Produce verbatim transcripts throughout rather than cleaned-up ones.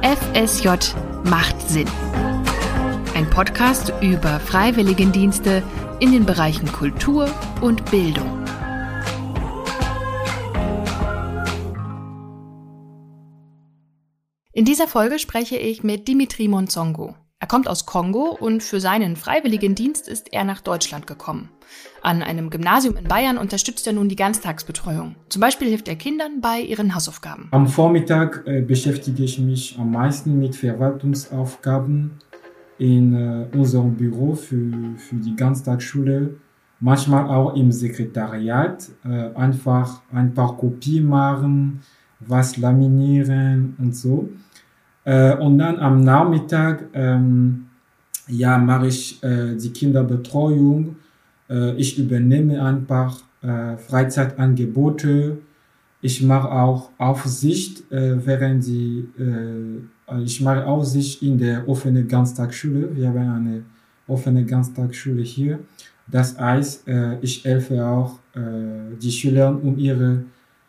F S J macht Sinn. Ein Podcast über Freiwilligendienste in den Bereichen Kultur und Bildung. In dieser Folge spreche ich mit Dimitri Monzongo. Er kommt aus Kongo und für seinen Freiwilligendienst ist er nach Deutschland gekommen. An einem Gymnasium in Bayern unterstützt er nun die Ganztagsbetreuung. Zum Beispiel hilft er Kindern bei ihren Hausaufgaben. Am Vormittag äh, beschäftige ich mich am meisten mit Verwaltungsaufgaben in äh, unserem Büro für, für die Ganztagsschule. Manchmal auch im Sekretariat. Äh, einfach ein paar Kopien machen, was laminieren und so. Äh, und dann am Nachmittag ähm, ja, mache ich äh, die Kinderbetreuung. Äh, ich übernehme ein paar äh, Freizeitangebote. Ich mache auch Aufsicht, äh, während die, äh, ich mache Aufsicht in der offenen Ganztagsschule. Wir haben eine offene Ganztagsschule hier. Das heißt, äh, ich helfe auch äh, die Schüler, um ihre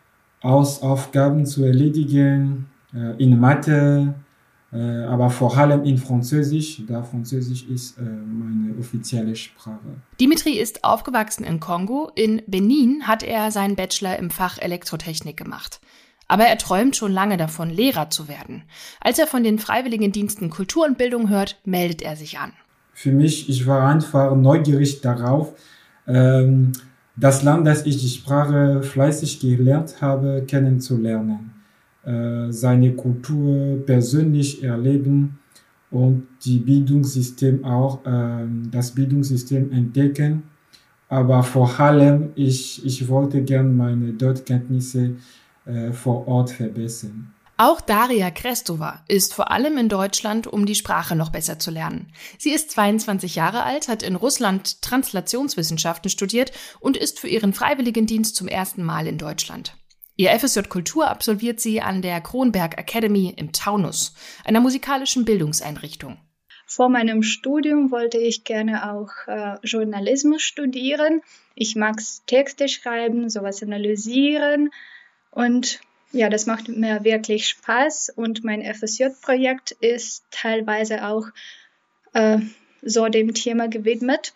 Hausaufgaben zu erledigen, äh, in Mathe, äh, aber vor allem in Französisch, da Französisch ist äh, meine offizielle Sprache. Dimitri ist aufgewachsen in Kongo. In Benin hat er seinen Bachelor im Fach Elektrotechnik gemacht. Aber er träumt schon lange davon, Lehrer zu werden. Als er von den Freiwilligendiensten Kultur und Bildung hört, meldet er sich an. Für mich, ich war einfach neugierig darauf, ähm, das Land, das ich die Sprache fleißig gelernt habe, kennenzulernen, äh, seine Kultur persönlich erleben und die Bildungssystem auch, äh, das Bildungssystem entdecken. Aber vor allem, ich, ich wollte gerne meine Deutschkenntnisse äh, vor Ort verbessern. Auch Daria Krestova ist vor allem in Deutschland, um die Sprache noch besser zu lernen. Sie ist zweiundzwanzig Jahre alt, hat in Russland Translationswissenschaften studiert und ist für ihren Freiwilligendienst zum ersten Mal in Deutschland. Ihr F S J Kultur absolviert sie an der Kronberg Academy im Taunus, einer musikalischen Bildungseinrichtung. Vor meinem Studium wollte ich gerne auch äh, Journalismus studieren. Ich mag Texte schreiben, sowas analysieren und ja, das macht mir wirklich Spaß und mein F S J-Projekt ist teilweise auch äh, so dem Thema gewidmet.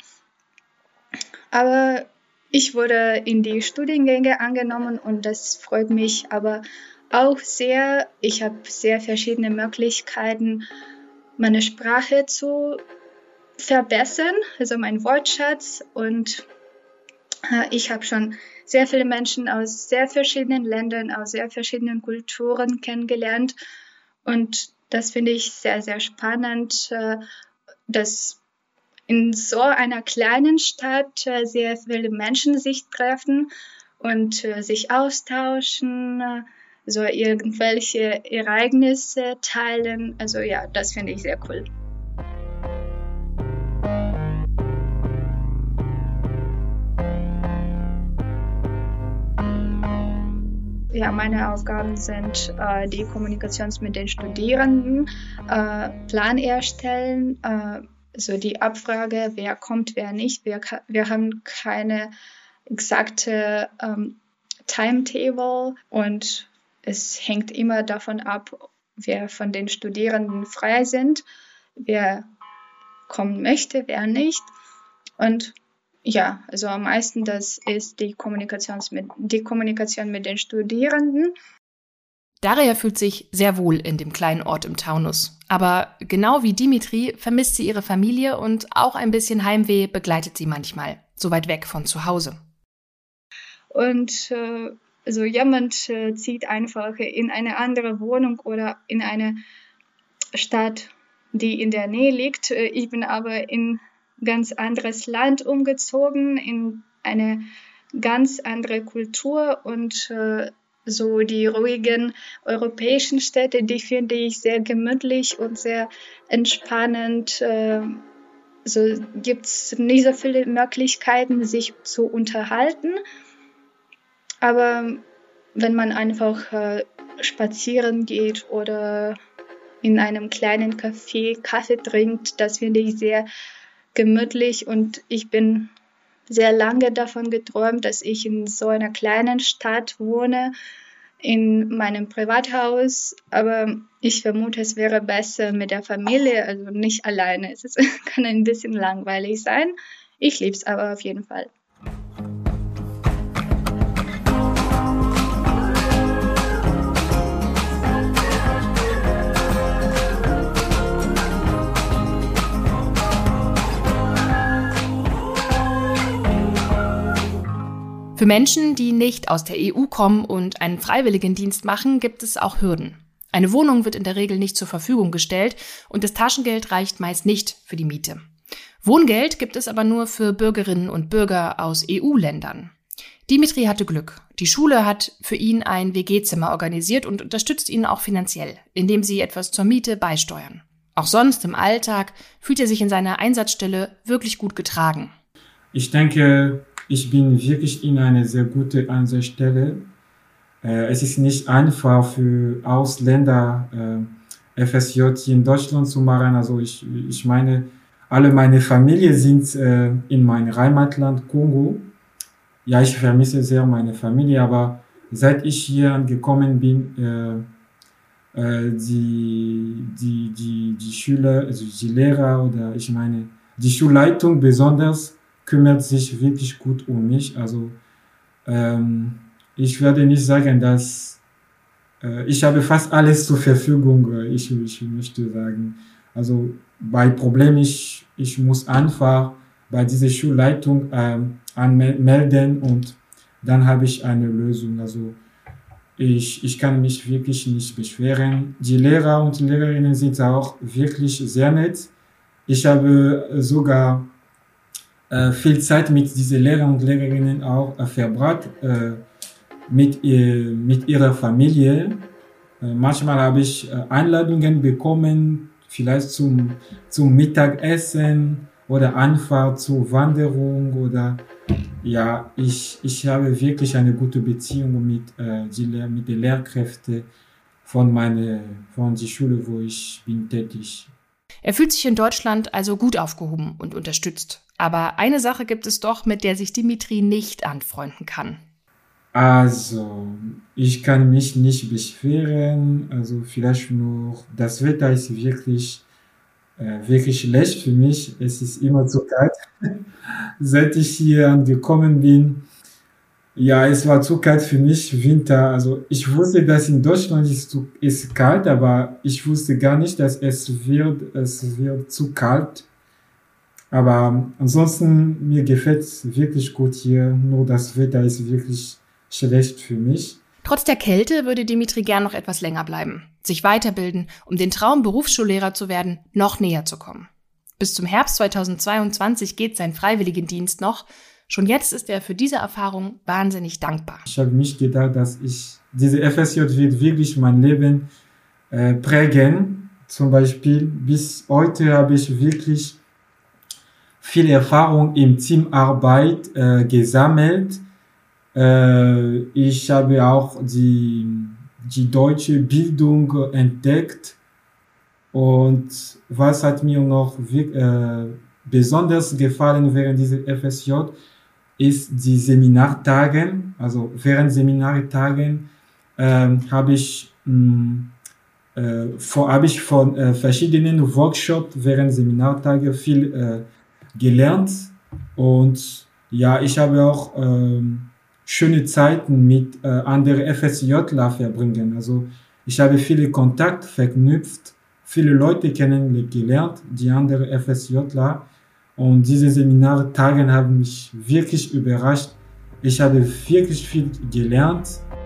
Aber ich wurde in die Studiengänge angenommen und das freut mich aber auch sehr. Ich habe sehr verschiedene Möglichkeiten, meine Sprache zu verbessern, also mein Wortschatz, und äh, ich habe schon sehr viele Menschen aus sehr verschiedenen Ländern, aus sehr verschiedenen Kulturen kennengelernt. Und das finde ich sehr, sehr spannend, dass in so einer kleinen Stadt sehr viele Menschen sich treffen und sich austauschen, so irgendwelche Ereignisse teilen. Also ja, das finde ich sehr cool. Ja, meine Aufgaben sind äh, die Kommunikation mit den Studierenden, äh, Plan erstellen, äh, so die Abfrage, wer kommt, wer nicht. Wir, wir haben keine exakte ähm, Timetable und es hängt immer davon ab, wer von den Studierenden frei sind, wer kommen möchte, wer nicht. Und ja, also am meisten das ist die Kommunikation mit, die Kommunikation mit den Studierenden. Daria fühlt sich sehr wohl in dem kleinen Ort im Taunus. Aber genau wie Dimitri vermisst sie ihre Familie und auch ein bisschen Heimweh begleitet sie manchmal, so weit weg von zu Hause. Und äh, also jemand äh, zieht einfach in eine andere Wohnung oder in eine Stadt, die in der Nähe liegt. Ich bin aber in ganz anderes Land umgezogen, in eine ganz andere Kultur und äh, so die ruhigen europäischen Städte, die finde ich sehr gemütlich und sehr entspannend. Äh, so gibt es nicht so viele Möglichkeiten, sich zu unterhalten, aber wenn man einfach äh, spazieren geht oder in einem kleinen Café Kaffee trinkt, das finde ich sehr gemütlich und ich bin sehr lange davon geträumt, dass ich in so einer kleinen Stadt wohne, in meinem Privathaus, aber ich vermute, es wäre besser mit der Familie, also nicht alleine. Es ist, kann ein bisschen langweilig sein. Ich liebe es aber auf jeden Fall. Für Menschen, die nicht aus der E U kommen und einen Freiwilligendienst machen, gibt es auch Hürden. Eine Wohnung wird in der Regel nicht zur Verfügung gestellt und das Taschengeld reicht meist nicht für die Miete. Wohngeld gibt es aber nur für Bürgerinnen und Bürger aus E U-Ländern. Dimitri hatte Glück. Die Schule hat für ihn ein W G-Zimmer organisiert und unterstützt ihn auch finanziell, indem sie etwas zur Miete beisteuern. Auch sonst im Alltag fühlt er sich in seiner Einsatzstelle wirklich gut getragen. Ich denke, ich bin wirklich in einer sehr guten Einsatzstelle. Äh, es ist nicht einfach für Ausländer äh, F S J hier in Deutschland zu machen. Also ich, ich meine, alle meine Familie sind äh, in meinem Heimatland Kongo. Ja, ich vermisse sehr meine Familie, aber seit ich hier angekommen bin, äh, äh, die, die, die, die Schüler, also die Lehrer oder ich meine, die Schulleitung besonders kümmert sich wirklich gut um mich. Also ähm, ich werde nicht sagen, dass äh, ich habe fast alles zur Verfügung, äh, ich, ich möchte sagen. Also bei Problemen, ich, ich muss einfach bei dieser Schulleitung ähm, anmelden und dann habe ich eine Lösung. Also ich, ich kann mich wirklich nicht beschweren. Die Lehrer und Lehrerinnen sind auch wirklich sehr nett. Ich habe sogar äh, viel Zeit mit diesen Lehrern und Lehrerinnen auch äh, verbracht, äh, mit, ihr, mit ihrer Familie. Äh, manchmal habe ich äh, Einladungen bekommen, vielleicht zum, zum Mittagessen oder Anfahrt zur Wanderung oder ja, ich, ich habe wirklich eine gute Beziehung mit, äh, die, mit den Lehrkräften von meiner, von der Schule, wo ich bin tätig. Er fühlt sich in Deutschland also gut aufgehoben und unterstützt. Aber eine Sache gibt es doch, mit der sich Dimitri nicht anfreunden kann. Also, ich kann mich nicht beschweren. Also vielleicht nur, das Wetter ist wirklich, äh, wirklich schlecht für mich. Es ist immer zu kalt. Seit ich hier angekommen bin, ja, es war zu kalt für mich, Winter. Also ich wusste, dass in Deutschland ist zu, ist kalt, aber ich wusste gar nicht, dass es wird, es wird zu kalt. Aber ansonsten, mir gefällt es wirklich gut hier. Nur das Wetter ist wirklich schlecht für mich. Trotz der Kälte würde Dimitri gern noch etwas länger bleiben, sich weiterbilden, um den Traum, Berufsschullehrer zu werden, noch näher zu kommen. Bis zum Herbst zweitausendzweiundzwanzig geht sein Freiwilligendienst noch. Schon jetzt ist er für diese Erfahrung wahnsinnig dankbar. Ich habe nicht gedacht, dass ich diese F S J wird wirklich mein Leben äh, prägen. Zum Beispiel bis heute habe ich wirklich viel Erfahrung in Teamarbeit äh, gesammelt. Äh, ich habe auch die, die deutsche Bildung entdeckt. Und was hat mir noch äh, besonders gefallen während dieser F S J, ist die Seminartage. Also während Seminartagen äh, habe ich, mh, äh, vor, hab ich von äh, verschiedenen Workshops während Seminartage viel äh, gelernt. Und ja, ich habe auch äh, schöne Zeiten mit äh, anderen F S Jler verbringen. Also ich habe viele Kontakte verknüpft, viele Leute kennengelernt, die anderen F S Jler. Und diese Seminartage haben mich wirklich überrascht. Ich habe wirklich viel gelernt.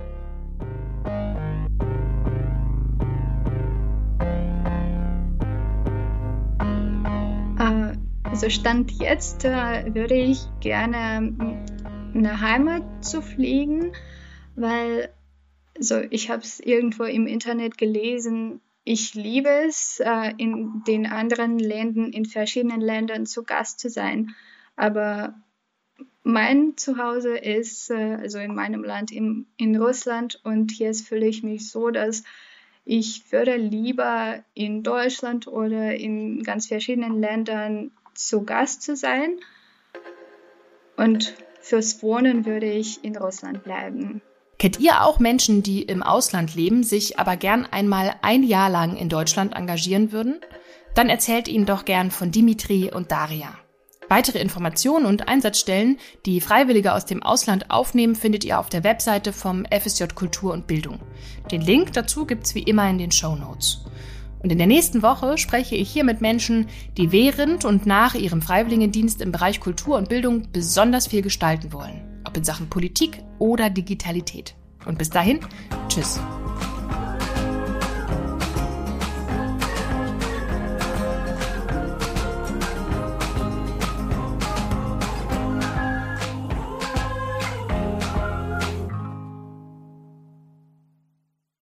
Also Stand jetzt äh, würde ich gerne nach Heimat zu fliegen, weil also ich habe es irgendwo im Internet gelesen. Ich liebe es, in den anderen Ländern, in verschiedenen Ländern zu Gast zu sein. Aber mein Zuhause ist, also in meinem Land, in, in Russland. Und jetzt fühle ich mich so, dass ich würde lieber in Deutschland oder in ganz verschiedenen Ländern zu Gast zu sein. Und fürs Wohnen würde ich in Russland bleiben. Kennt ihr auch Menschen, die im Ausland leben, sich aber gern einmal ein Jahr lang in Deutschland engagieren würden? Dann erzählt ihnen doch gern von Dimitri und Daria. Weitere Informationen und Einsatzstellen, die Freiwillige aus dem Ausland aufnehmen, findet ihr auf der Webseite vom F S J Kultur und Bildung. Den Link dazu gibt's wie immer in den Shownotes. Und in der nächsten Woche spreche ich hier mit Menschen, die während und nach ihrem Freiwilligendienst im Bereich Kultur und Bildung besonders viel gestalten wollen. Ob in Sachen Politik oder Digitalität. Und bis dahin, tschüss.